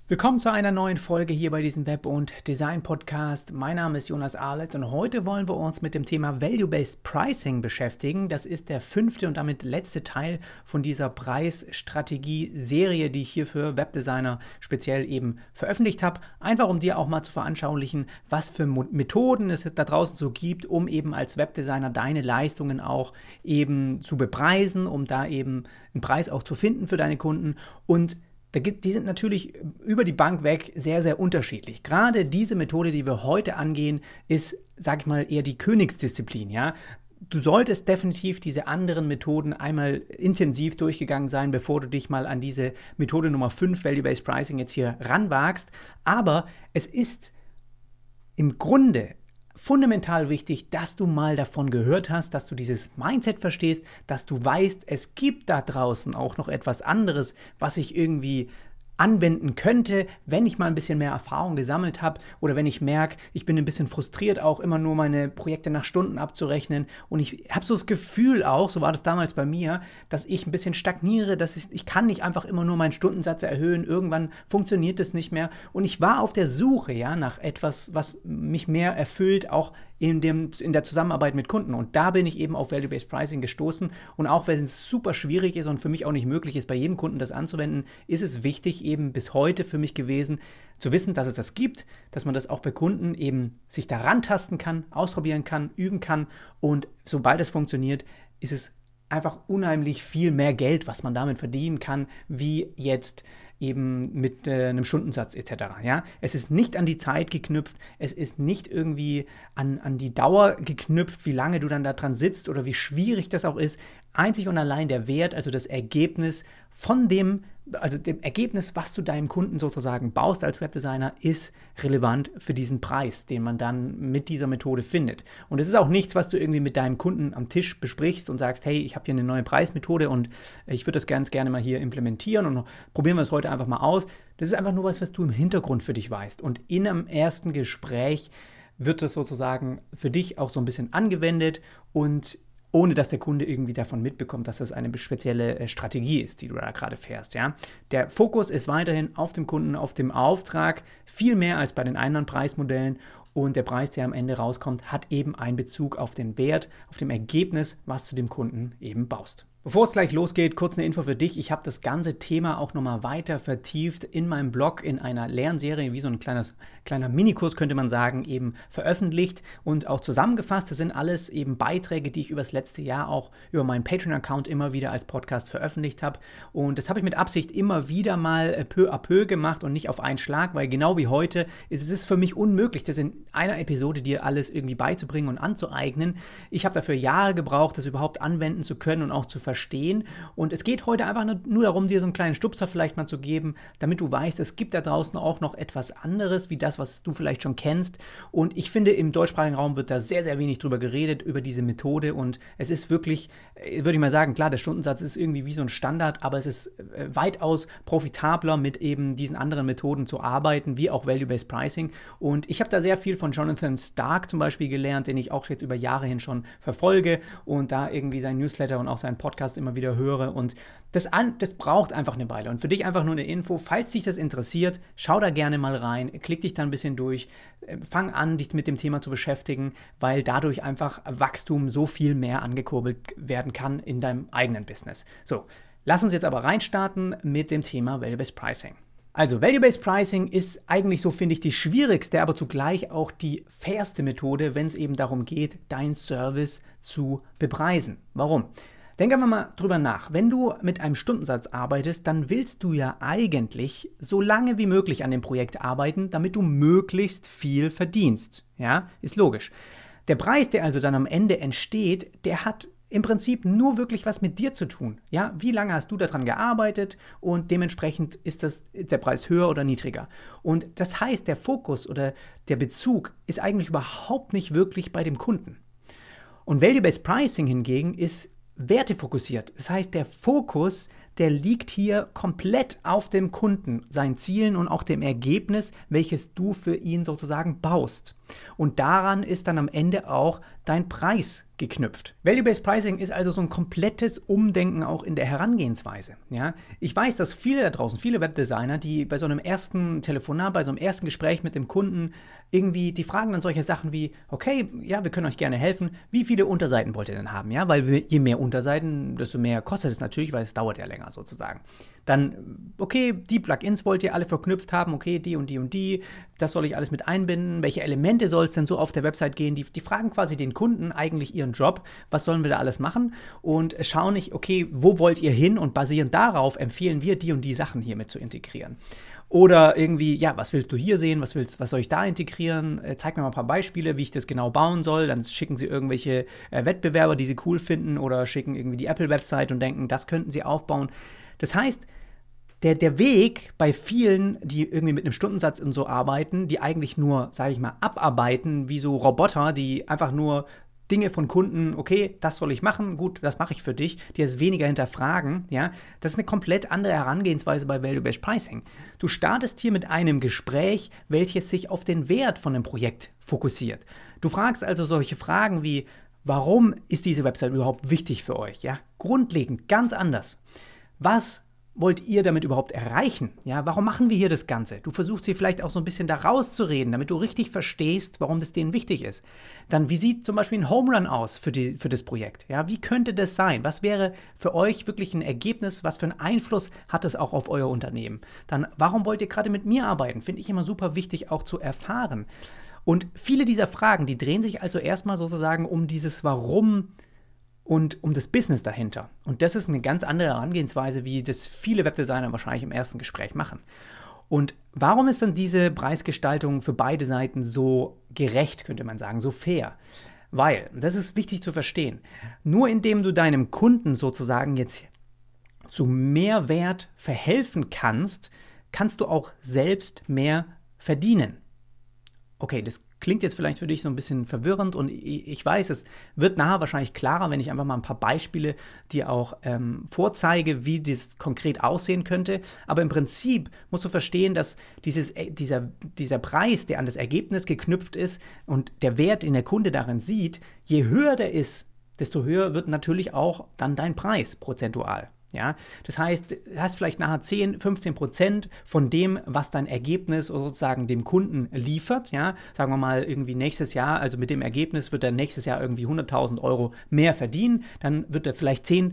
Willkommen zu einer neuen Folge hier bei diesem Web- und Design-Podcast. Mein Name ist Jonas Arlett und heute wollen wir uns mit dem Thema Value-Based Pricing beschäftigen. Das ist der 5. und damit letzte Teil von dieser Preisstrategie-Serie, die ich hier für Webdesigner speziell eben veröffentlicht habe. Einfach um dir auch mal zu veranschaulichen, was für Methoden es da draußen so gibt, um eben als Webdesigner deine Leistungen auch eben zu bepreisen, um da eben einen Preis auch zu finden für deine Kunden. Und die sind natürlich über die Bank weg sehr, sehr unterschiedlich. Gerade diese Methode, die wir heute angehen, ist, sag ich mal, eher die Königsdisziplin, ja. Du solltest definitiv diese anderen Methoden einmal intensiv durchgegangen sein, bevor du dich mal an diese Methode Nummer 5, Value-Based Pricing, jetzt hier ranwagst. Aber es ist im Grunde fundamental wichtig, dass du mal davon gehört hast, dass du dieses Mindset verstehst, dass du weißt, es gibt da draußen auch noch etwas anderes, was ich irgendwie anwenden könnte, wenn ich mal ein bisschen mehr Erfahrung gesammelt habe oder wenn ich merke, ich bin ein bisschen frustriert, auch immer nur meine Projekte nach Stunden abzurechnen und ich habe so das Gefühl auch, so war das damals bei mir, dass ich ein bisschen stagniere, dass ich kann nicht einfach immer nur meinen Stundensatz erhöhen, irgendwann funktioniert das nicht mehr und ich war auf der Suche, ja, nach etwas, was mich mehr erfüllt, auch in der Zusammenarbeit mit Kunden. Und da bin ich eben auf Value-Based Pricing gestoßen. Und auch wenn es super schwierig ist und für mich auch nicht möglich ist, bei jedem Kunden das anzuwenden, ist es wichtig eben bis heute für mich gewesen, zu wissen, dass es das gibt, dass man das auch bei Kunden eben sich daran tasten kann, ausprobieren kann, üben kann. Und sobald es funktioniert, ist es einfach unheimlich viel mehr Geld, was man damit verdienen kann, wie jetzt eben mit einem Stundensatz etc. Ja? Es ist nicht an die Zeit geknüpft, es ist nicht irgendwie an die Dauer geknüpft, wie lange du dann da dran sitzt oder wie schwierig das auch ist. Einzig und allein der Wert, also das Ergebnis von dem Ergebnis, was du deinem Kunden sozusagen baust als Webdesigner, ist relevant für diesen Preis, den man dann mit dieser Methode findet. Und es ist auch nichts, was du irgendwie mit deinem Kunden am Tisch besprichst und sagst, hey, ich habe hier eine neue Preismethode und ich würde das ganz gerne mal hier implementieren und probieren wir es heute einfach mal aus. Das ist einfach nur was du im Hintergrund für dich weißt. Und in einem ersten Gespräch wird das sozusagen für dich auch so ein bisschen angewendet und ohne dass der Kunde irgendwie davon mitbekommt, dass das eine spezielle Strategie ist, die du da gerade fährst. Ja? Der Fokus ist weiterhin auf dem Kunden, auf dem Auftrag, viel mehr als bei den anderen Preismodellen. Und der Preis, der am Ende rauskommt, hat eben einen Bezug auf den Wert, auf dem Ergebnis, was du dem Kunden eben baust. Bevor es gleich losgeht, kurz eine Info für dich. Ich habe das ganze Thema auch nochmal weiter vertieft in meinem Blog, in einer Lernserie, wie so ein kleiner Minikurs, könnte man sagen, eben veröffentlicht und auch zusammengefasst. Das sind alles eben Beiträge, die ich über das letzte Jahr auch über meinen Patreon-Account immer wieder als Podcast veröffentlicht habe. Und das habe ich mit Absicht immer wieder mal peu à peu gemacht und nicht auf einen Schlag, weil genau wie heute ist es für mich unmöglich, das in einer Episode dir alles irgendwie beizubringen und anzueignen. Ich habe dafür Jahre gebraucht, das überhaupt anwenden zu können und auch zu verstehen. Und es geht heute einfach nur darum, dir so einen kleinen Stupser vielleicht mal zu geben, damit du weißt, es gibt da draußen auch noch etwas anderes, wie das, was du vielleicht schon kennst. Und ich finde, im deutschsprachigen Raum wird da sehr, sehr wenig drüber geredet, über diese Methode. Und es ist wirklich, würde ich mal sagen, klar, der Stundensatz ist irgendwie wie so ein Standard, aber es ist weitaus profitabler, mit eben diesen anderen Methoden zu arbeiten, wie auch Value-Based Pricing. Und ich habe da sehr viel von Jonathan Stark zum Beispiel gelernt, den ich auch jetzt über Jahre hin schon verfolge und da irgendwie sein Newsletter und auch seinen Podcast immer wieder höre und das braucht einfach eine Weile und für dich einfach nur eine Info, falls dich das interessiert, schau da gerne mal rein, klick dich da ein bisschen durch, fang an, dich mit dem Thema zu beschäftigen, weil dadurch einfach Wachstum so viel mehr angekurbelt werden kann in deinem eigenen Business. So, lass uns jetzt aber reinstarten mit dem Thema Value-Based Pricing. Also, Value-Based Pricing ist eigentlich so, finde ich, die schwierigste, aber zugleich auch die fairste Methode, wenn es eben darum geht, deinen Service zu bepreisen. Warum? Denk einfach mal drüber nach. Wenn du mit einem Stundensatz arbeitest, dann willst du ja eigentlich so lange wie möglich an dem Projekt arbeiten, damit du möglichst viel verdienst. Ja, ist logisch. Der Preis, der also dann am Ende entsteht, der hat im Prinzip nur wirklich was mit dir zu tun. Ja, wie lange hast du daran gearbeitet und dementsprechend ist der Preis höher oder niedriger. Und das heißt, der Fokus oder der Bezug ist eigentlich überhaupt nicht wirklich bei dem Kunden. Und Value-Based Pricing hingegen ist wertefokussiert. Das heißt, der Fokus, der liegt hier komplett auf dem Kunden, seinen Zielen und auch dem Ergebnis, welches du für ihn sozusagen baust. Und daran ist dann am Ende auch dein Preis geknüpft. Value-Based Pricing ist also so ein komplettes Umdenken auch in der Herangehensweise. Ja? Ich weiß, dass viele da draußen, viele Webdesigner, die bei so einem ersten Telefonat, bei so einem ersten Gespräch mit dem Kunden irgendwie, die fragen dann solche Sachen wie, okay, ja, wir können euch gerne helfen, wie viele Unterseiten wollt ihr denn haben? Ja? Weil je mehr Unterseiten, desto mehr kostet es natürlich, weil es dauert ja länger sozusagen. Dann, okay, die Plugins wollt ihr alle verknüpft haben, okay, die und die und die, das soll ich alles mit einbinden, welche Elemente soll es denn so auf der Website gehen? Die fragen quasi den Kunden eigentlich ihren Job, was sollen wir da alles machen und schauen nicht, okay, wo wollt ihr hin und basierend darauf empfehlen wir, die und die Sachen hiermit zu integrieren. Oder irgendwie, ja, was willst du hier sehen, was soll ich da integrieren? Zeig mir mal ein paar Beispiele, wie ich das genau bauen soll. Dann schicken sie irgendwelche Wettbewerber, die sie cool finden oder schicken irgendwie die Apple-Website und denken, das könnten sie aufbauen. Das heißt, der Weg bei vielen, die irgendwie mit einem Stundensatz und so arbeiten, die eigentlich nur, sage ich mal, abarbeiten, wie so Roboter, die einfach nur Dinge von Kunden, okay, das soll ich machen, gut, das mache ich für dich, die es weniger hinterfragen, ja, das ist eine komplett andere Herangehensweise bei Value-Based Pricing. Du startest hier mit einem Gespräch, welches sich auf den Wert von dem Projekt fokussiert. Du fragst also solche Fragen wie, warum ist diese Website überhaupt wichtig für euch, ja, grundlegend, ganz anders. Was wollt ihr damit überhaupt erreichen? Ja, warum machen wir hier das Ganze? Du versuchst sie vielleicht auch so ein bisschen da rauszureden, damit du richtig verstehst, warum das denen wichtig ist. Dann, wie sieht zum Beispiel ein Home Run aus für das Projekt? Ja, wie könnte das sein? Was wäre für euch wirklich ein Ergebnis? Was für einen Einfluss hat es auch auf euer Unternehmen? Dann, warum wollt ihr gerade mit mir arbeiten? Finde ich immer super wichtig auch zu erfahren. Und viele dieser Fragen, die drehen sich also erstmal sozusagen um dieses Warum und um das Business dahinter. Und das ist eine ganz andere Herangehensweise, wie das viele Webdesigner wahrscheinlich im ersten Gespräch machen. Und warum ist dann diese Preisgestaltung für beide Seiten so gerecht, könnte man sagen, so fair? Weil, das ist wichtig zu verstehen, nur indem du deinem Kunden sozusagen jetzt zu mehr Wert verhelfen kannst, kannst du auch selbst mehr verdienen. Okay, das klingt jetzt vielleicht für dich so ein bisschen verwirrend und ich weiß, es wird nachher wahrscheinlich klarer, wenn ich einfach mal ein paar Beispiele dir auch vorzeige, wie das konkret aussehen könnte. Aber im Prinzip musst du verstehen, dass dieser Preis, der an das Ergebnis geknüpft ist und der Wert, den der Kunde darin sieht, je höher der ist, desto höher wird natürlich auch dann dein Preis prozentual. Ja, das heißt, du hast vielleicht nachher 10-15% von dem, was dein Ergebnis sozusagen dem Kunden liefert. Ja, sagen wir mal irgendwie nächstes Jahr, also mit dem Ergebnis wird er nächstes Jahr irgendwie 100.000 Euro mehr verdienen. Dann wird er vielleicht 10%,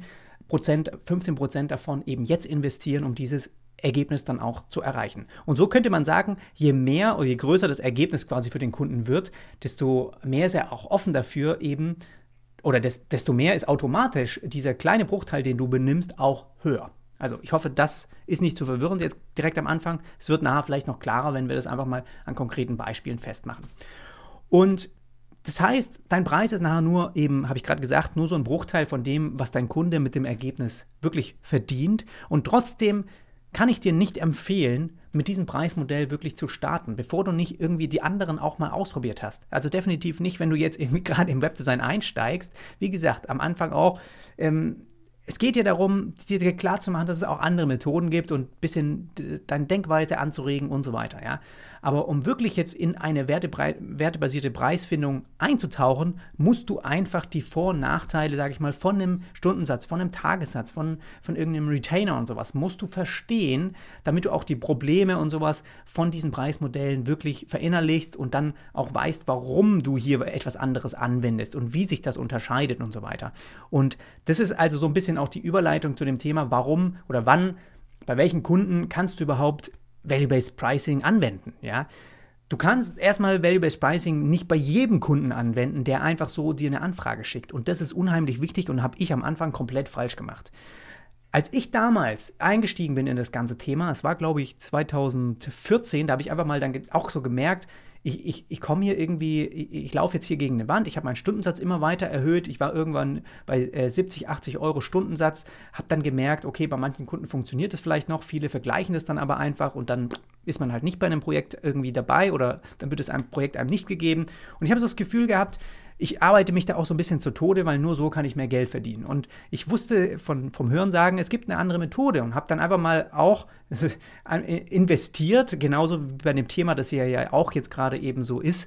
15% davon eben jetzt investieren, um dieses Ergebnis dann auch zu erreichen. Und so könnte man sagen, je mehr oder je größer das Ergebnis quasi für den Kunden wird, desto mehr ist er auch offen dafür eben, oder desto mehr ist automatisch dieser kleine Bruchteil, den du benimmst, auch höher. Also ich hoffe, das ist nicht zu verwirrend jetzt direkt am Anfang. Es wird nachher vielleicht noch klarer, wenn wir das einfach mal an konkreten Beispielen festmachen. Und das heißt, dein Preis ist nachher nur eben, habe ich gerade gesagt, nur so ein Bruchteil von dem, was dein Kunde mit dem Ergebnis wirklich verdient. Und trotzdem kann ich dir nicht empfehlen, mit diesem Preismodell wirklich zu starten, bevor du nicht irgendwie die anderen auch mal ausprobiert hast. Also definitiv nicht, wenn du jetzt irgendwie gerade im Webdesign einsteigst. Wie gesagt, am Anfang auch, es geht ja darum, dir klar zu machen, dass es auch andere Methoden gibt und ein bisschen deine Denkweise anzuregen und so weiter. Ja? Aber um wirklich jetzt in eine wertebasierte Preisfindung einzutauchen, musst du einfach die Vor- und Nachteile, sage ich mal, von einem Stundensatz, von einem Tagessatz, von irgendeinem Retainer und sowas, musst du verstehen, damit du auch die Probleme und sowas von diesen Preismodellen wirklich verinnerlichst und dann auch weißt, warum du hier etwas anderes anwendest und wie sich das unterscheidet und so weiter. Und das ist also so ein bisschen auch die Überleitung zu dem Thema, warum oder wann, bei welchen Kunden kannst du überhaupt Value-Based Pricing anwenden, ja? Du kannst erstmal Value-Based Pricing nicht bei jedem Kunden anwenden, der einfach so dir eine Anfrage schickt. Und das ist unheimlich wichtig und habe ich am Anfang komplett falsch gemacht. Als ich damals eingestiegen bin in das ganze Thema, es war glaube ich 2014, da habe ich einfach mal dann auch so gemerkt, ich komme hier irgendwie, ich laufe jetzt hier gegen eine Wand, ich habe meinen Stundensatz immer weiter erhöht, ich war irgendwann bei 70, 80 Euro Stundensatz, habe dann gemerkt, okay, bei manchen Kunden funktioniert das vielleicht noch, viele vergleichen das dann aber einfach und dann ist man halt nicht bei einem Projekt irgendwie dabei oder dann wird es einem Projekt einem nicht gegeben und ich habe so das Gefühl gehabt, ich arbeite mich da auch so ein bisschen zu Tode, weil nur so kann ich mehr Geld verdienen. Und ich wusste vom Hörensagen, es gibt eine andere Methode und habe dann einfach mal auch investiert, genauso wie bei dem Thema, das ja auch jetzt gerade eben so ist,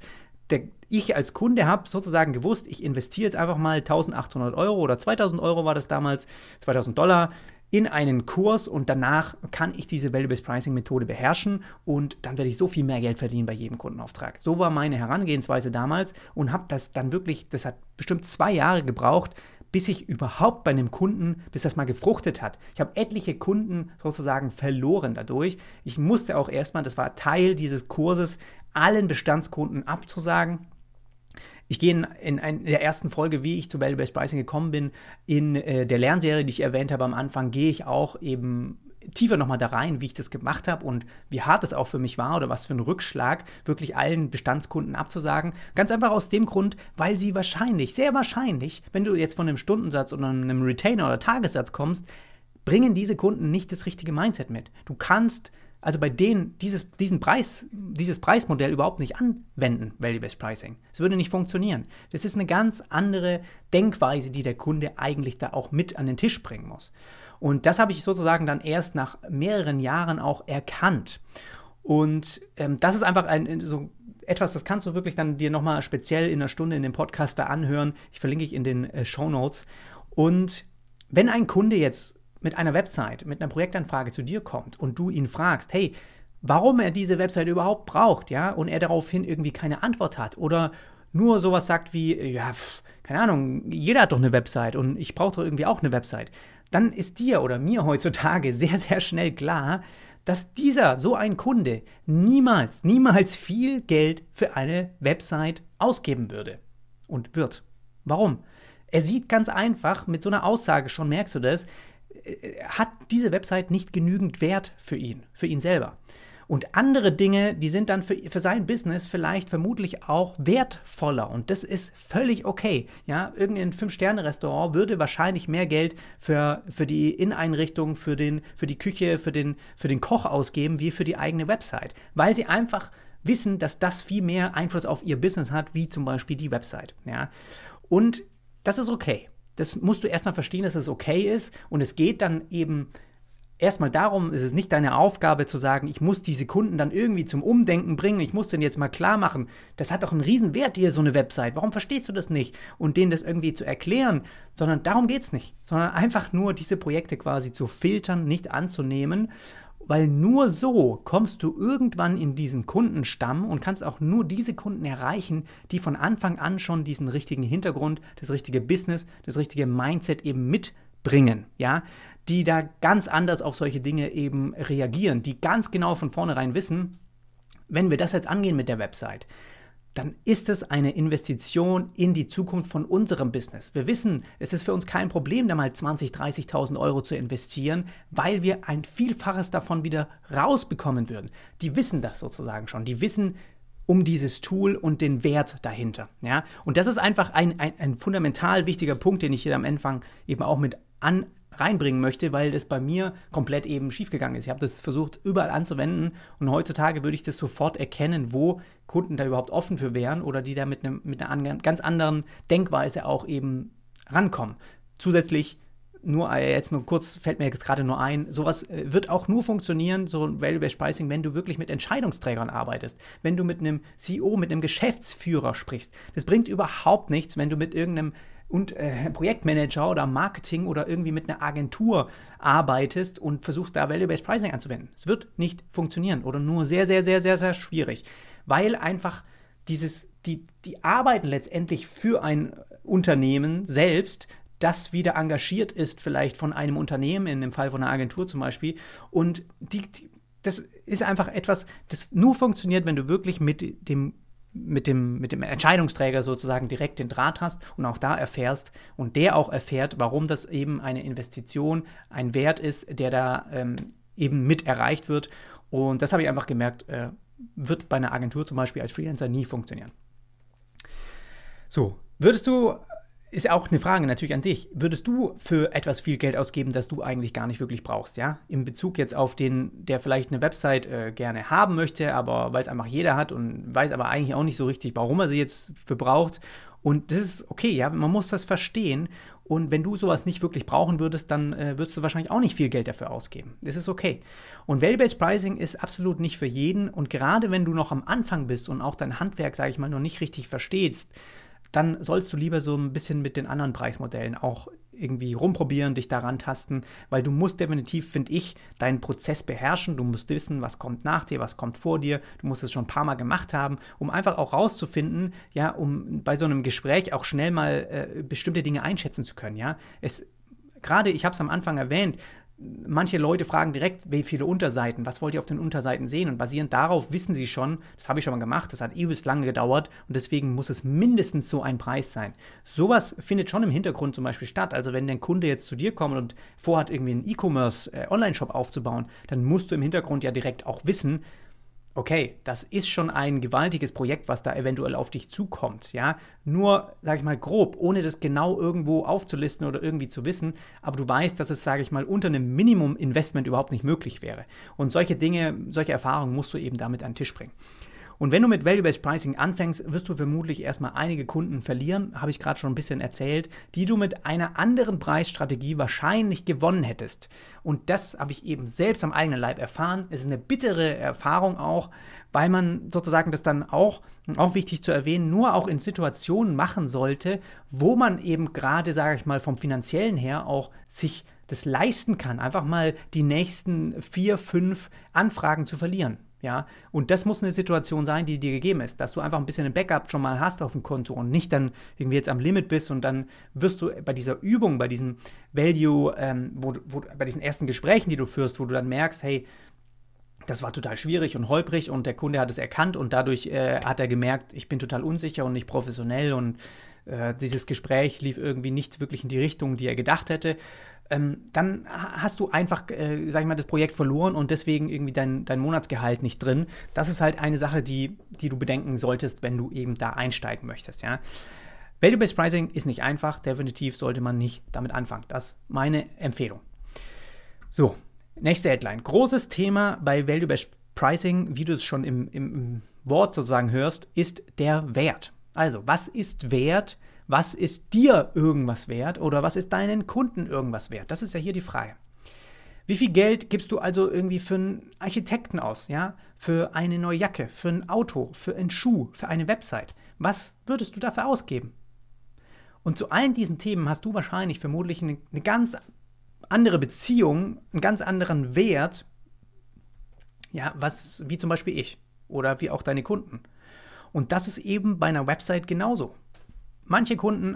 ich als Kunde habe sozusagen gewusst, ich investiere jetzt einfach mal 1.800 Euro oder 2.000 Euro war das damals, 2.000 Dollar in einen Kurs und danach kann ich diese Value-Based Pricing-Methode beherrschen und dann werde ich so viel mehr Geld verdienen bei jedem Kundenauftrag. So war meine Herangehensweise damals und habe das dann wirklich, das hat bestimmt 2 Jahre gebraucht, bis ich überhaupt bei einem Kunden, bis das mal gefruchtet hat. Ich habe etliche Kunden sozusagen verloren dadurch. Ich musste auch erstmal, das war Teil dieses Kurses, allen Bestandskunden abzusagen. Ich gehe in der ersten Folge, wie ich zu Value-Based Pricing gekommen bin, in der Lernserie, die ich erwähnt habe am Anfang, gehe ich auch eben tiefer nochmal da rein, wie ich das gemacht habe und wie hart es auch für mich war oder was für ein Rückschlag, wirklich allen Bestandskunden abzusagen. Ganz einfach aus dem Grund, weil sie wahrscheinlich, sehr wahrscheinlich, wenn du jetzt von einem Stundensatz oder einem Retainer oder Tagessatz kommst, bringen diese Kunden nicht das richtige Mindset mit. Du kannst also bei denen dieses Preismodell überhaupt nicht anwenden, Value-Based Pricing. Es würde nicht funktionieren. Das ist eine ganz andere Denkweise, die der Kunde eigentlich da auch mit an den Tisch bringen muss. Und das habe ich sozusagen dann erst nach mehreren Jahren auch erkannt. Und das ist einfach so etwas, das kannst du wirklich dann dir nochmal speziell in einer Stunde in dem Podcast da anhören. Ich verlinke ich in den Shownotes. Und wenn ein Kunde jetzt mit einer Website, mit einer Projektanfrage zu dir kommt und du ihn fragst, hey, warum er diese Website überhaupt braucht, ja, und er daraufhin irgendwie keine Antwort hat oder nur sowas sagt wie, ja, keine Ahnung, jeder hat doch eine Website und ich brauche doch irgendwie auch eine Website, dann ist dir oder mir heutzutage sehr, sehr schnell klar, dass so ein Kunde niemals viel Geld für eine Website ausgeben würde und wird. Warum? Er sieht ganz einfach, mit so einer Aussage schon merkst du das, hat diese Website nicht genügend Wert für ihn selber. Und andere Dinge, die sind dann für sein Business vielleicht vermutlich auch wertvoller und das ist völlig okay. Ja, irgendein 5-Sterne-Restaurant würde wahrscheinlich mehr Geld für die Inneneinrichtung, für die Küche, für den Koch ausgeben, wie für die eigene Website, weil sie einfach wissen, dass das viel mehr Einfluss auf ihr Business hat, wie zum Beispiel die Website. Ja? Und das ist okay. Das musst du erstmal verstehen, dass es okay ist und es geht dann eben erstmal darum, es ist nicht deine Aufgabe zu sagen, ich muss diese Kunden dann irgendwie zum Umdenken bringen, ich muss denen jetzt mal klar machen, das hat doch einen riesen Wert hier, so eine Website, warum verstehst du das nicht? Und denen das irgendwie zu erklären, sondern darum geht es nicht, sondern einfach nur diese Projekte quasi zu filtern, nicht anzunehmen, weil nur so kommst du irgendwann in diesen Kundenstamm und kannst auch nur diese Kunden erreichen, die von Anfang an schon diesen richtigen Hintergrund, das richtige Business, das richtige Mindset eben mitbringen, ja, die da ganz anders auf solche Dinge eben reagieren, die ganz genau von vornherein wissen, wenn wir das jetzt angehen mit der Website, dann ist es eine Investition in die Zukunft von unserem Business. Wir wissen, es ist für uns kein Problem, da mal 20.000, 30.000 Euro zu investieren, weil wir ein Vielfaches davon wieder rausbekommen würden. Die wissen das sozusagen schon. Die wissen um dieses Tool und den Wert dahinter. Ja? Und das ist einfach ein fundamental wichtiger Punkt, den ich hier am Anfang eben auch mit reinbringen möchte, weil das bei mir komplett eben schiefgegangen ist. Ich habe das versucht, überall anzuwenden und heutzutage würde ich das sofort erkennen, wo Kunden da überhaupt offen für wären oder die da mit einer ganz anderen Denkweise auch eben rankommen. Zusätzlich fällt mir jetzt gerade nur ein, sowas wird auch nur funktionieren, so ein Value-Based Pricing, wenn du wirklich mit Entscheidungsträgern arbeitest, wenn du mit einem CEO, mit einem Geschäftsführer sprichst. Das bringt überhaupt nichts, wenn du mit irgendeinem Projektmanager oder Marketing oder irgendwie mit einer Agentur arbeitest und versuchst da Value-Based Pricing anzuwenden. Es wird nicht funktionieren oder nur sehr, sehr, sehr, sehr, sehr schwierig, weil einfach die arbeiten letztendlich für ein Unternehmen selbst, das wieder engagiert ist vielleicht von einem Unternehmen, in dem Fall von einer Agentur zum Beispiel und das ist einfach etwas, das nur funktioniert, wenn du wirklich mit dem Entscheidungsträger sozusagen direkt den Draht hast und auch da erfährst und der auch erfährt, warum das eben eine Investition, ein Wert ist, der da eben mit erreicht wird. Und das habe ich einfach gemerkt, wird bei einer Agentur zum Beispiel als Freelancer nie funktionieren. So, ist auch eine Frage natürlich an dich. Würdest du für etwas viel Geld ausgeben, das du eigentlich gar nicht wirklich brauchst, ja? In Bezug jetzt auf den, der vielleicht eine Website gerne haben möchte, aber weil es einfach jeder hat und weiß aber eigentlich auch nicht so richtig, warum er sie jetzt für braucht. Und das ist okay, ja, man muss das verstehen Und wenn du sowas nicht wirklich brauchen würdest, dann würdest du wahrscheinlich auch nicht viel Geld dafür ausgeben. Das ist okay. Und Value-Based Pricing ist absolut nicht für jeden. Und gerade wenn du noch am Anfang bist und auch dein Handwerk, sage ich mal, noch nicht richtig verstehst, dann sollst du lieber so ein bisschen mit den anderen Preismodellen auch irgendwie rumprobieren, dich daran tasten, weil du musst definitiv, finde ich, deinen Prozess beherrschen. Du musst wissen, was kommt nach dir, was kommt vor dir. Du musst es schon ein paar Mal gemacht haben, um einfach auch rauszufinden, ja, um bei so einem Gespräch auch schnell mal bestimmte Dinge einschätzen zu können, ja. Gerade, ich habe es am Anfang erwähnt, manche Leute fragen direkt, wie viele Unterseiten, was wollt ihr auf den Unterseiten sehen? Und basierend darauf wissen sie schon, das habe ich schon mal gemacht, das hat übelst lange gedauert und deswegen muss es mindestens so ein Preis sein. Sowas findet schon im Hintergrund zum Beispiel statt. Also wenn der Kunde jetzt zu dir kommt und vorhat, irgendwie einen E-Commerce-Online-Shop aufzubauen, dann musst du im Hintergrund ja direkt auch wissen, okay, das ist schon ein gewaltiges Projekt, was da eventuell auf dich zukommt, ja. Nur, sage ich mal, grob, ohne das genau irgendwo aufzulisten oder irgendwie zu wissen, aber du weißt, dass es, sage ich mal, unter einem Minimum-Investment überhaupt nicht möglich wäre. Und solche Dinge, solche Erfahrungen musst du eben damit an den Tisch bringen. Und wenn du mit Value-Based Pricing anfängst, wirst du vermutlich erstmal einige Kunden verlieren, habe ich gerade schon ein bisschen erzählt, die du mit einer anderen Preisstrategie wahrscheinlich gewonnen hättest. Und das habe ich eben selbst am eigenen Leib erfahren. Es ist eine bittere Erfahrung auch, weil man sozusagen das dann auch wichtig zu erwähnen, nur auch in Situationen machen sollte, wo man eben gerade, sage ich mal, vom Finanziellen her auch sich das leisten kann, einfach mal die nächsten 4, 5 Anfragen zu verlieren. Ja, und das muss eine Situation sein, die dir gegeben ist, dass du einfach ein bisschen ein Backup schon mal hast auf dem Konto und nicht dann irgendwie jetzt am Limit bist und dann wirst du bei dieser Übung, bei diesem Value, bei diesen ersten Gesprächen, die du führst, wo du dann merkst, hey, das war total schwierig und holprig und der Kunde hat es erkannt und dadurch hat er gemerkt, ich bin total unsicher und nicht professionell und dieses Gespräch lief irgendwie nicht wirklich in die Richtung, die er gedacht hätte. Dann hast du einfach, sag ich mal, das Projekt verloren und deswegen irgendwie dein Monatsgehalt nicht drin. Das ist halt eine Sache, die du bedenken solltest, wenn du eben da einsteigen möchtest, ja. Value-Based Pricing ist nicht einfach, definitiv sollte man nicht damit anfangen. Das ist meine Empfehlung. So, nächste Headline. Großes Thema bei Value-Based Pricing, wie du es schon im Wort sozusagen hörst, ist der Wert. Also, was ist Wert? Was ist dir irgendwas wert oder was ist deinen Kunden irgendwas wert? Das ist ja hier die Frage. Wie viel Geld gibst du also irgendwie für einen Architekten aus, ja? Für eine neue Jacke, für ein Auto, für einen Schuh, für eine Website? Was würdest du dafür ausgeben? Und zu allen diesen Themen hast du wahrscheinlich vermutlich eine ganz andere Beziehung, einen ganz anderen Wert, ja, wie zum Beispiel ich oder wie auch deine Kunden. Und das ist eben bei einer Website genauso. Manche Kunden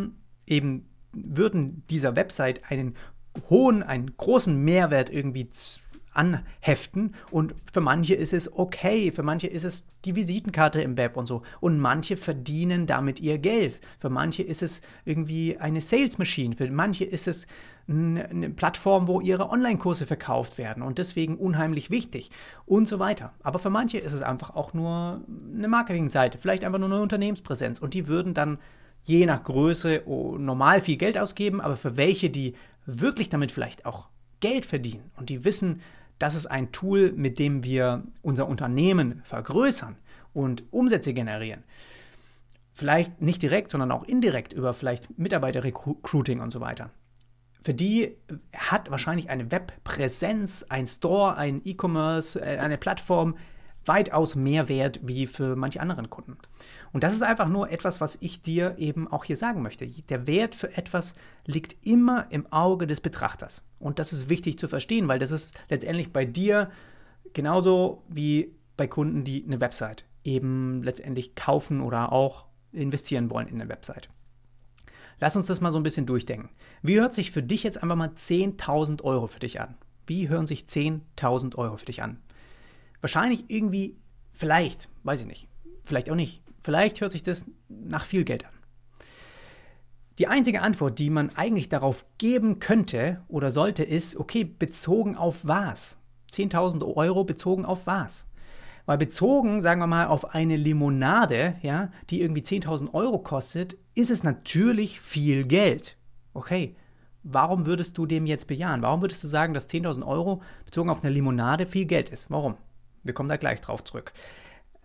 würden dieser Website einen großen Mehrwert irgendwie anheften und für manche ist es okay, für manche ist es die Visitenkarte im Web und so und manche verdienen damit ihr Geld, für manche ist es irgendwie eine Sales Machine, für manche ist es eine Plattform, wo ihre Online-Kurse verkauft werden und deswegen unheimlich wichtig und so weiter. Aber für manche ist es einfach auch nur eine Marketingseite, vielleicht einfach nur eine Unternehmenspräsenz und die würden dann je nach Größe normal viel Geld ausgeben, aber für welche, die wirklich damit vielleicht auch Geld verdienen und die wissen, das ist ein Tool, mit dem wir unser Unternehmen vergrößern und Umsätze generieren. Vielleicht nicht direkt, sondern auch indirekt über vielleicht Mitarbeiter-Recruiting und so weiter. Für die hat wahrscheinlich eine Webpräsenz, ein Store, ein E-Commerce, eine Plattform weitaus mehr Wert wie für manche anderen Kunden. Und das ist einfach nur etwas, was ich dir eben auch hier sagen möchte. Der Wert für etwas liegt immer im Auge des Betrachters. Und das ist wichtig zu verstehen, weil das ist letztendlich bei dir genauso wie bei Kunden, die eine Website eben letztendlich kaufen oder auch investieren wollen in eine Website. Lass uns das mal so ein bisschen durchdenken. Wie hört sich für dich jetzt einfach mal 10.000 Euro für dich an? Wie hören sich 10.000 Euro für dich an? Wahrscheinlich irgendwie, vielleicht, weiß ich nicht, vielleicht auch nicht. Vielleicht hört sich das nach viel Geld an. Die einzige Antwort, die man eigentlich darauf geben könnte oder sollte, ist, okay, bezogen auf was? 10.000 Euro bezogen auf was? Weil bezogen, sagen wir mal, auf eine Limonade, ja, die irgendwie 10.000 Euro kostet, ist es natürlich viel Geld. Okay, warum würdest du dem jetzt bejahen? Warum würdest du sagen, dass 10.000 Euro bezogen auf eine Limonade viel Geld ist? Warum? Wir kommen da gleich drauf zurück.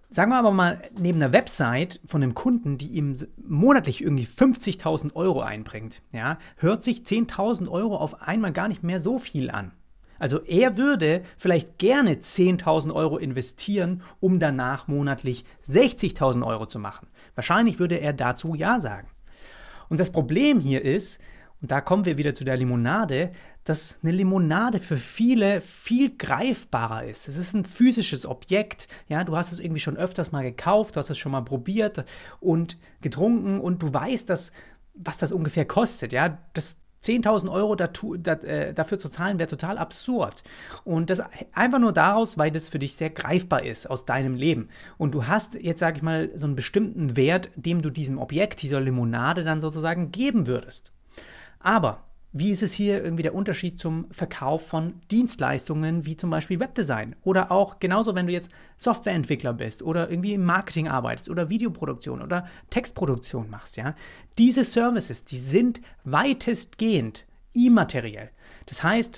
Sagen wir aber mal, neben einer Website von einem Kunden, die ihm monatlich irgendwie 50.000 Euro einbringt, ja, hört sich 10.000 Euro auf einmal gar nicht mehr so viel an. Also er würde vielleicht gerne 10.000 Euro investieren, um danach monatlich 60.000 Euro zu machen. Wahrscheinlich würde er dazu ja sagen. Und das Problem hier ist, und da kommen wir wieder zu der Limonade, dass eine Limonade für viele viel greifbarer ist. Es ist ein physisches Objekt, ja, du hast es irgendwie schon öfters mal gekauft, du hast es schon mal probiert und getrunken und du weißt, was das ungefähr kostet, ja, das 10.000 Euro dafür zu zahlen, wäre total absurd. Und das einfach nur daraus, weil das für dich sehr greifbar ist aus deinem Leben. Und du hast jetzt, sage ich mal, so einen bestimmten Wert, dem du diesem Objekt, dieser Limonade dann sozusagen geben würdest. Aber wie ist es hier irgendwie der Unterschied zum Verkauf von Dienstleistungen wie zum Beispiel Webdesign? Oder auch genauso, wenn du jetzt Softwareentwickler bist oder irgendwie im Marketing arbeitest oder Videoproduktion oder Textproduktion machst, ja? Diese Services, die sind weitestgehend immateriell. Das heißt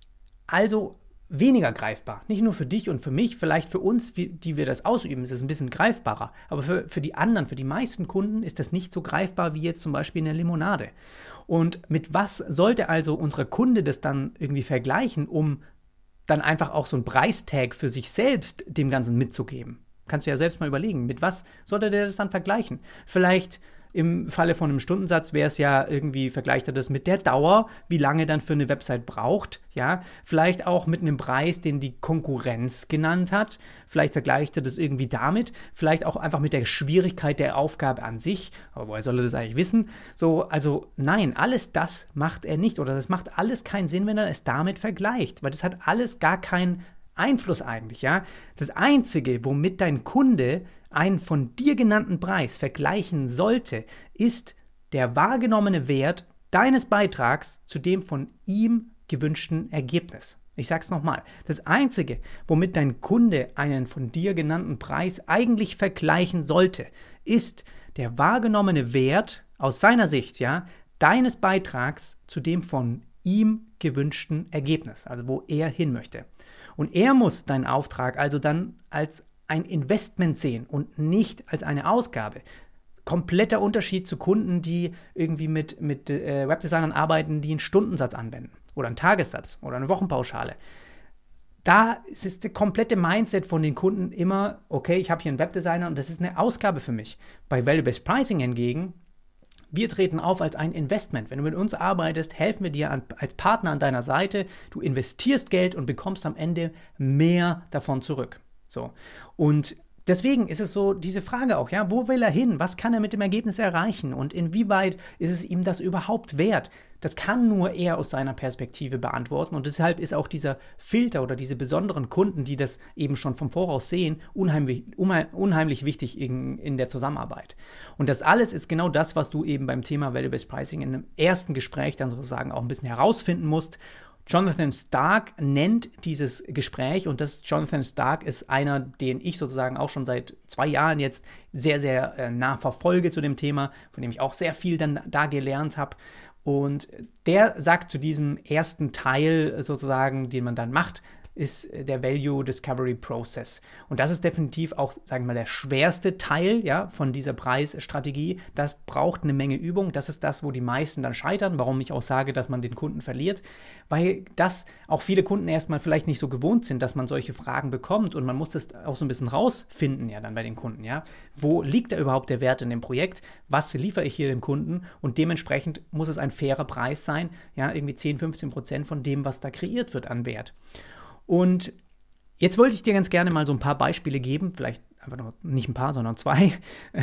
also weniger greifbar. Nicht nur für dich und für mich, vielleicht für uns, die wir das ausüben, ist es ein bisschen greifbarer. Aber für die anderen, für die meisten Kunden ist das nicht so greifbar wie jetzt zum Beispiel eine Limonade. Und mit was sollte also unser Kunde das dann irgendwie vergleichen, um dann einfach auch so einen Preistag für sich selbst dem Ganzen mitzugeben? Kannst du ja selbst mal überlegen, mit was sollte der das dann vergleichen? Vielleicht im Falle von einem Stundensatz wäre es ja irgendwie, vergleicht er das mit der Dauer, wie lange dann für eine Website braucht, ja, vielleicht auch mit einem Preis, den die Konkurrenz genannt hat, vielleicht vergleicht er das irgendwie damit, vielleicht auch einfach mit der Schwierigkeit der Aufgabe an sich, aber woher soll er das eigentlich wissen? So, also nein, alles das macht er nicht oder das macht alles keinen Sinn, wenn er es damit vergleicht, weil das hat alles gar keinen Einfluss eigentlich, ja. Das Einzige, womit dein Kunde einen von dir genannten Preis vergleichen sollte, ist der wahrgenommene Wert deines Beitrags zu dem von ihm gewünschten Ergebnis. Ich sage es nochmal. Das Einzige, womit dein Kunde einen von dir genannten Preis eigentlich vergleichen sollte, ist der wahrgenommene Wert aus seiner Sicht, ja, deines Beitrags zu dem von ihm gewünschten Ergebnis, also wo er hin möchte. Und er muss deinen Auftrag also dann als ein Investment sehen und nicht als eine Ausgabe. Kompletter Unterschied zu Kunden, die irgendwie mit Webdesignern arbeiten, die einen Stundensatz anwenden oder einen Tagessatz oder eine Wochenpauschale. Da ist das komplette Mindset von den Kunden immer, okay, ich habe hier einen Webdesigner und das ist eine Ausgabe für mich. Bei Value-Based Pricing hingegen, wir treten auf als ein Investment. Wenn du mit uns arbeitest, helfen wir dir als Partner an deiner Seite. Du investierst Geld und bekommst am Ende mehr davon zurück. So. Und deswegen ist es so diese Frage auch, ja, wo will er hin? Was kann er mit dem Ergebnis erreichen? Und inwieweit ist es ihm das überhaupt wert? Das kann nur er aus seiner Perspektive beantworten. Und deshalb ist auch dieser Filter oder diese besonderen Kunden, die das eben schon vom Voraus sehen, unheimlich wichtig in der Zusammenarbeit. Und das alles ist genau das, was du eben beim Thema Value-Based Pricing in einem ersten Gespräch dann sozusagen auch ein bisschen herausfinden musst. Jonathan Stark nennt dieses Gespräch und Jonathan Stark ist einer, den ich sozusagen auch schon seit 2 Jahren jetzt sehr, sehr nah verfolge zu dem Thema, von dem ich auch sehr viel dann da gelernt habe. Und der sagt zu diesem ersten Teil sozusagen, den man dann macht, ist der Value Discovery Process. Und das ist definitiv auch, sagen wir mal, der schwerste Teil, ja, von dieser Preisstrategie. Das braucht eine Menge Übung. Das ist das, wo die meisten dann scheitern, warum ich auch sage, dass man den Kunden verliert, weil das auch viele Kunden erstmal vielleicht nicht so gewohnt sind, dass man solche Fragen bekommt und man muss das auch so ein bisschen rausfinden, ja, dann bei den Kunden, ja. Wo liegt da überhaupt der Wert in dem Projekt? Was liefere ich hier dem Kunden? Und dementsprechend muss es ein fairer Preis sein, ja, irgendwie 10-15% von dem, was da kreiert wird an Wert. Und jetzt wollte ich dir ganz gerne mal so ein paar Beispiele geben, vielleicht einfach noch nicht ein paar, sondern 2,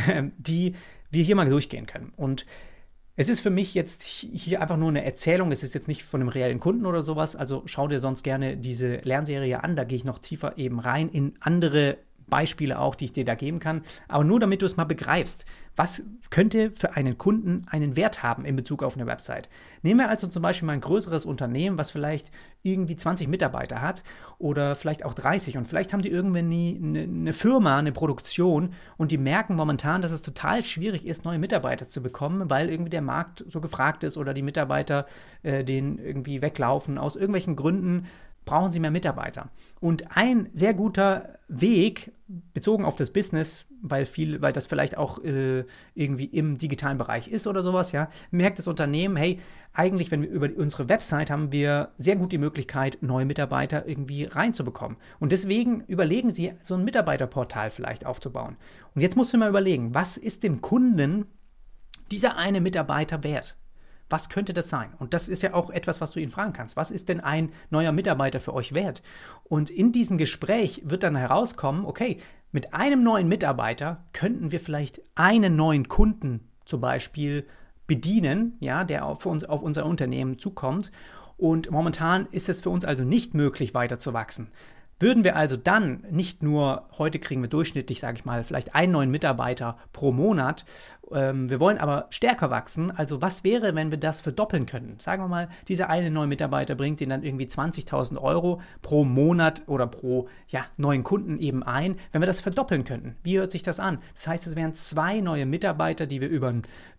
die wir hier mal durchgehen können. Und es ist für mich jetzt hier einfach nur eine Erzählung, es ist jetzt nicht von einem reellen Kunden oder sowas, also schau dir sonst gerne diese Lernserie an, da gehe ich noch tiefer eben rein in andere Beispiele auch, die ich dir da geben kann, aber nur damit du es mal begreifst, was könnte für einen Kunden einen Wert haben in Bezug auf eine Website. Nehmen wir also zum Beispiel mal ein größeres Unternehmen, was vielleicht irgendwie 20 Mitarbeiter hat oder vielleicht auch 30 und vielleicht haben die irgendwann eine Firma, eine Produktion und die merken momentan, dass es total schwierig ist, neue Mitarbeiter zu bekommen, weil irgendwie der Markt so gefragt ist oder die Mitarbeiter denen irgendwie weglaufen. Aus irgendwelchen Gründen brauchen sie mehr Mitarbeiter. Und ein sehr guter Weg, bezogen auf das Business, weil das vielleicht auch irgendwie im digitalen Bereich ist oder sowas, ja, merkt das Unternehmen, hey, eigentlich, wenn wir über unsere Website haben wir sehr gut die Möglichkeit, neue Mitarbeiter irgendwie reinzubekommen. Und deswegen überlegen sie, so ein Mitarbeiterportal vielleicht aufzubauen. Und jetzt musst du mal überlegen, was ist dem Kunden dieser eine Mitarbeiter wert? Was könnte das sein? Und das ist ja auch etwas, was du ihn fragen kannst. Was ist denn ein neuer Mitarbeiter für euch wert? Und in diesem Gespräch wird dann herauskommen, okay, mit einem neuen Mitarbeiter könnten wir vielleicht einen neuen Kunden zum Beispiel bedienen, ja, der auf unser Unternehmen zukommt. Und momentan ist es für uns also nicht möglich, weiter zu wachsen. Würden wir also dann nicht nur, heute kriegen wir durchschnittlich, sage ich mal, vielleicht einen neuen Mitarbeiter pro Monat, wir wollen aber stärker wachsen, also was wäre, wenn wir das verdoppeln könnten? Sagen wir mal, dieser eine neue Mitarbeiter bringt den dann irgendwie 20.000 Euro pro Monat oder pro neuen Kunden eben ein, wenn wir das verdoppeln könnten. Wie hört sich das an? Das heißt, es wären 2 neue Mitarbeiter, die wir über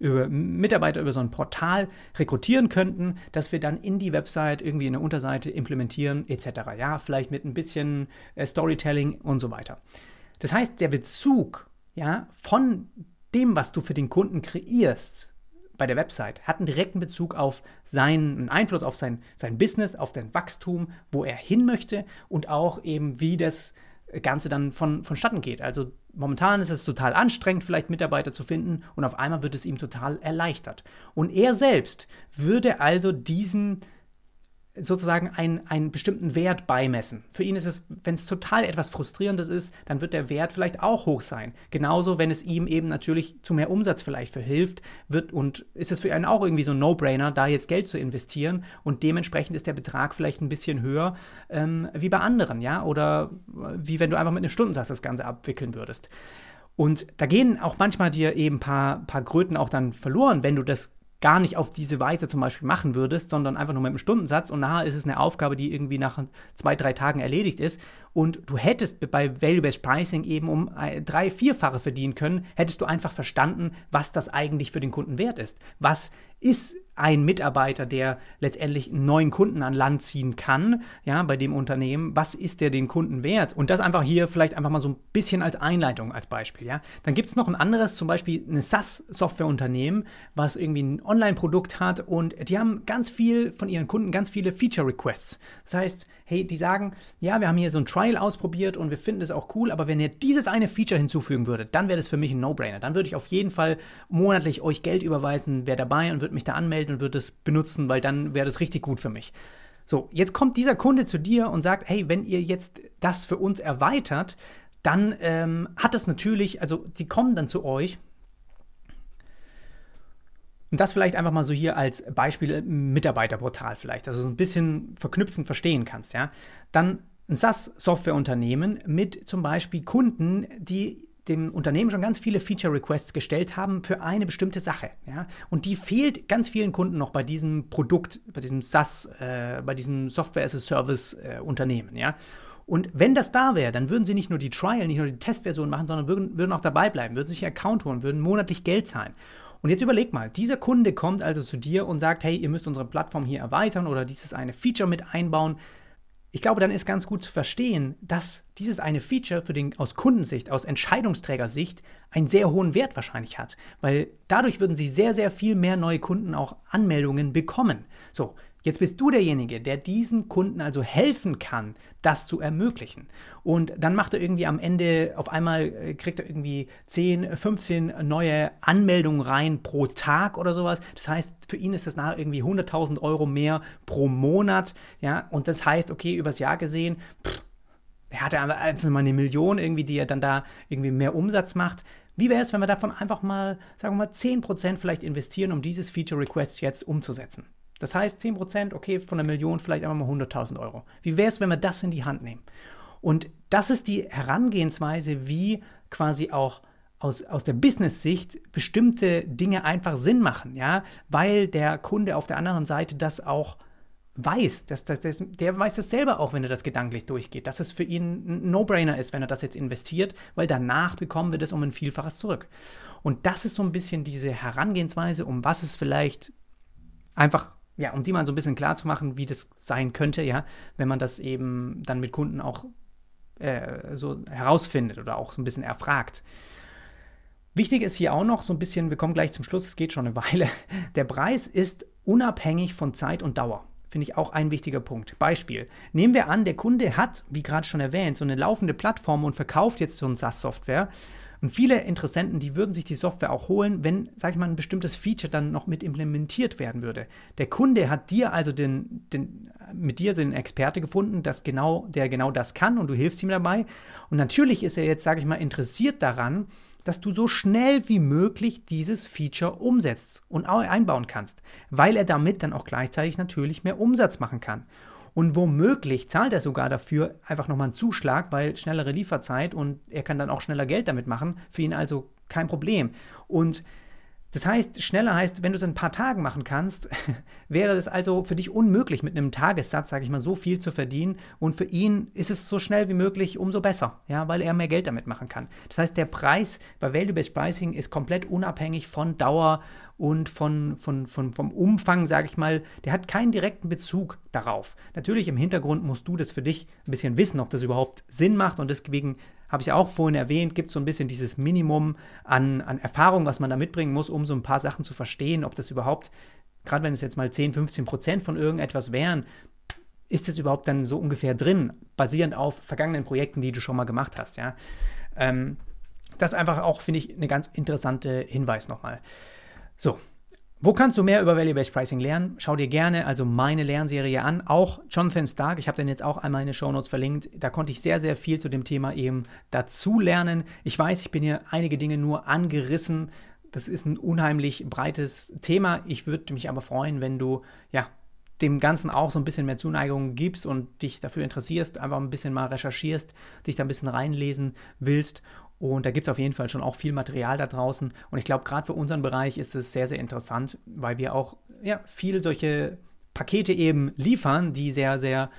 so ein Portal rekrutieren könnten, dass wir dann in die Website irgendwie eine Unterseite implementieren etc. Ja, vielleicht mit ein bisschen Storytelling und so weiter. Das heißt, der Bezug von dem, was du für den Kunden kreierst bei der Website, hat einen direkten Bezug auf einen Einfluss auf sein Business, auf dein Wachstum, wo er hin möchte und auch eben, wie das Ganze dann vonstatten geht. Also momentan ist es total anstrengend, vielleicht Mitarbeiter zu finden und auf einmal wird es ihm total erleichtert. Und er selbst würde also diesem sozusagen einen bestimmten Wert beimessen. Für ihn ist es, wenn es total etwas Frustrierendes ist, dann wird der Wert vielleicht auch hoch sein. Genauso, wenn es ihm eben natürlich zu mehr Umsatz vielleicht verhilft, ist es für ihn auch irgendwie so ein No-Brainer, da jetzt Geld zu investieren und dementsprechend ist der Betrag vielleicht ein bisschen höher wie bei anderen, ja, oder wie wenn du einfach mit einem Stundensatz das Ganze abwickeln würdest. Und da gehen auch manchmal dir eben ein paar Kröten auch dann verloren, wenn du das gar nicht auf diese Weise zum Beispiel machen würdest, sondern einfach nur mit einem Stundensatz und nachher ist es eine Aufgabe, die irgendwie nach 2-3 Tagen erledigt ist und du hättest bei Value-Based Pricing eben um 3-4-fache verdienen können, hättest du einfach verstanden, was das eigentlich für den Kunden wert ist. Was ist ein Mitarbeiter, der letztendlich einen neuen Kunden an Land ziehen kann, ja, bei dem Unternehmen, was ist der den Kunden wert? Und das einfach hier vielleicht einfach mal so ein bisschen als Einleitung, als Beispiel, ja. Dann gibt es noch ein anderes, zum Beispiel ein SaaS-Softwareunternehmen, was irgendwie ein Online-Produkt hat und die haben ganz viel von ihren Kunden, ganz viele Feature-Requests. Das heißt, hey, die sagen, ja, wir haben hier so ein Trial ausprobiert und wir finden es auch cool, aber wenn ihr dieses eine Feature hinzufügen würdet, dann wäre das für mich ein No-Brainer. Dann würde ich auf jeden Fall monatlich euch Geld überweisen, wäre dabei und würde mich da anmelden und würde es benutzen, weil dann wäre das richtig gut für mich. So, jetzt kommt dieser Kunde zu dir und sagt, hey, wenn ihr jetzt das für uns erweitert, dann hat das natürlich, also die kommen dann zu euch. Und das vielleicht einfach mal so hier als Beispiel Mitarbeiterportal vielleicht, also so ein bisschen verknüpfen, verstehen kannst, ja. Dann ein SaaS-Softwareunternehmen mit zum Beispiel Kunden, die dem Unternehmen schon ganz viele Feature-Requests gestellt haben für eine bestimmte Sache, ja. Und die fehlt ganz vielen Kunden noch bei diesem Produkt, bei diesem SaaS, bei diesem Software-as-a-Service-Unternehmen, ja. Und wenn das da wäre, dann würden sie nicht nur die Trial, nicht nur die Testversion machen, sondern würden auch dabei bleiben, würden sich einen Account holen, würden monatlich Geld zahlen. Und jetzt überleg mal, dieser Kunde kommt also zu dir und sagt, hey, ihr müsst unsere Plattform hier erweitern oder dieses eine Feature mit einbauen. Ich glaube, dann ist ganz gut zu verstehen, dass dieses eine Feature aus Kundensicht, aus Entscheidungsträgersicht einen sehr hohen Wert wahrscheinlich hat, weil dadurch würden sie sehr, sehr viel mehr neue Kunden auch Anmeldungen bekommen. So, jetzt bist du derjenige, der diesen Kunden also helfen kann, das zu ermöglichen. Und dann macht er irgendwie am Ende, auf einmal kriegt er irgendwie 10, 15 neue Anmeldungen rein pro Tag oder sowas. Das heißt, für ihn ist das nachher irgendwie 100.000 Euro mehr pro Monat. Ja? Und das heißt, okay, übers Jahr gesehen, er hat einfach mal 1 Million irgendwie, die er dann da irgendwie mehr Umsatz macht. Wie wäre es, wenn wir davon einfach mal, sagen wir mal, 10% vielleicht investieren, um dieses Feature Request jetzt umzusetzen? Das heißt, 10%, okay, von 1 Million vielleicht einfach mal 100.000 Euro. Wie wäre es, wenn wir das in die Hand nehmen? Und das ist die Herangehensweise, wie quasi auch aus der Business-Sicht bestimmte Dinge einfach Sinn machen, ja, weil der Kunde auf der anderen Seite das auch weiß, der weiß das selber auch, wenn er das gedanklich durchgeht, dass es für ihn ein No-Brainer ist, wenn er das jetzt investiert, weil danach bekommen wir das um ein Vielfaches zurück. Und das ist so ein bisschen diese Herangehensweise, um was es vielleicht einfach, ja, um die mal so ein bisschen klar zu machen, wie das sein könnte, ja, wenn man das eben dann mit Kunden auch so herausfindet oder auch so ein bisschen erfragt. Wichtig ist hier auch noch so ein bisschen, wir kommen gleich zum Schluss, es geht schon eine Weile, der Preis ist unabhängig von Zeit und Dauer. Finde ich auch ein wichtiger Punkt. Beispiel, nehmen wir an, der Kunde hat, wie gerade schon erwähnt, so eine laufende Plattform und verkauft jetzt so eine SaaS-Software. Und viele Interessenten, die würden sich die Software auch holen, wenn, sag ich mal, ein bestimmtes Feature dann noch mit implementiert werden würde. Der Kunde hat dir also mit dir den Experte gefunden, der genau das kann und du hilfst ihm dabei. Und natürlich ist er jetzt, sag ich mal, interessiert daran, dass du so schnell wie möglich dieses Feature umsetzt und einbauen kannst, weil er damit dann auch gleichzeitig natürlich mehr Umsatz machen kann. Und womöglich zahlt er sogar dafür einfach nochmal einen Zuschlag, weil schnellere Lieferzeit und er kann dann auch schneller Geld damit machen. Für ihn also kein Problem. Und das heißt, schneller heißt, wenn du es in ein paar Tagen machen kannst, wäre das also für dich unmöglich, mit einem Tagessatz, sage ich mal, so viel zu verdienen. Und für ihn ist es so schnell wie möglich umso besser, ja, weil er mehr Geld damit machen kann. Das heißt, der Preis bei Value-Based Pricing ist komplett unabhängig von Dauer und vom Umfang, sage ich mal. Der hat keinen direkten Bezug darauf. Natürlich im Hintergrund musst du das für dich ein bisschen wissen, ob das überhaupt Sinn macht. Und deswegen habe ich ja auch vorhin erwähnt, gibt es so ein bisschen dieses Minimum an Erfahrung, was man da mitbringen muss, um so ein paar Sachen zu verstehen, ob das überhaupt, gerade wenn es jetzt mal 10-15% von irgendetwas wären, ist das überhaupt dann so ungefähr drin, basierend auf vergangenen Projekten, die du schon mal gemacht hast. Ja? Das ist einfach auch, finde ich, eine ganz interessante Hinweis nochmal. So, wo kannst du mehr über Value-Based Pricing lernen? Schau dir gerne also meine Lernserie an, auch Jonathan Stark, ich habe den jetzt auch einmal in den Shownotes verlinkt, da konnte ich sehr, sehr viel zu dem Thema eben dazu lernen. Ich weiß, ich bin hier einige Dinge nur angerissen, das ist ein unheimlich breites Thema, ich würde mich aber freuen, wenn du, ja, dem Ganzen auch so ein bisschen mehr Zuneigung gibst und dich dafür interessierst, einfach ein bisschen mal recherchierst, dich da ein bisschen reinlesen willst. Und da gibt es auf jeden Fall schon auch viel Material da draußen. Und ich glaube, gerade für unseren Bereich ist es sehr, sehr interessant, weil wir auch viele solche Pakete eben liefern, die sehr, sehr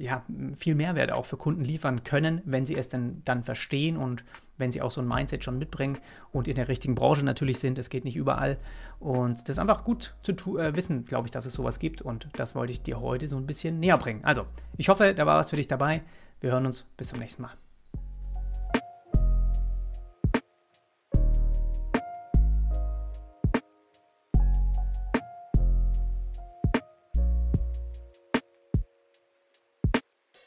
viel Mehrwert auch für Kunden liefern können, wenn sie es dann verstehen und wenn sie auch so ein Mindset schon mitbringen und in der richtigen Branche natürlich sind. Es geht nicht überall. Und das ist einfach gut zu wissen, glaube ich, dass es sowas gibt. Und das wollte ich dir heute so ein bisschen näher bringen. Also, ich hoffe, da war was für dich dabei. Wir hören uns. Bis zum nächsten Mal.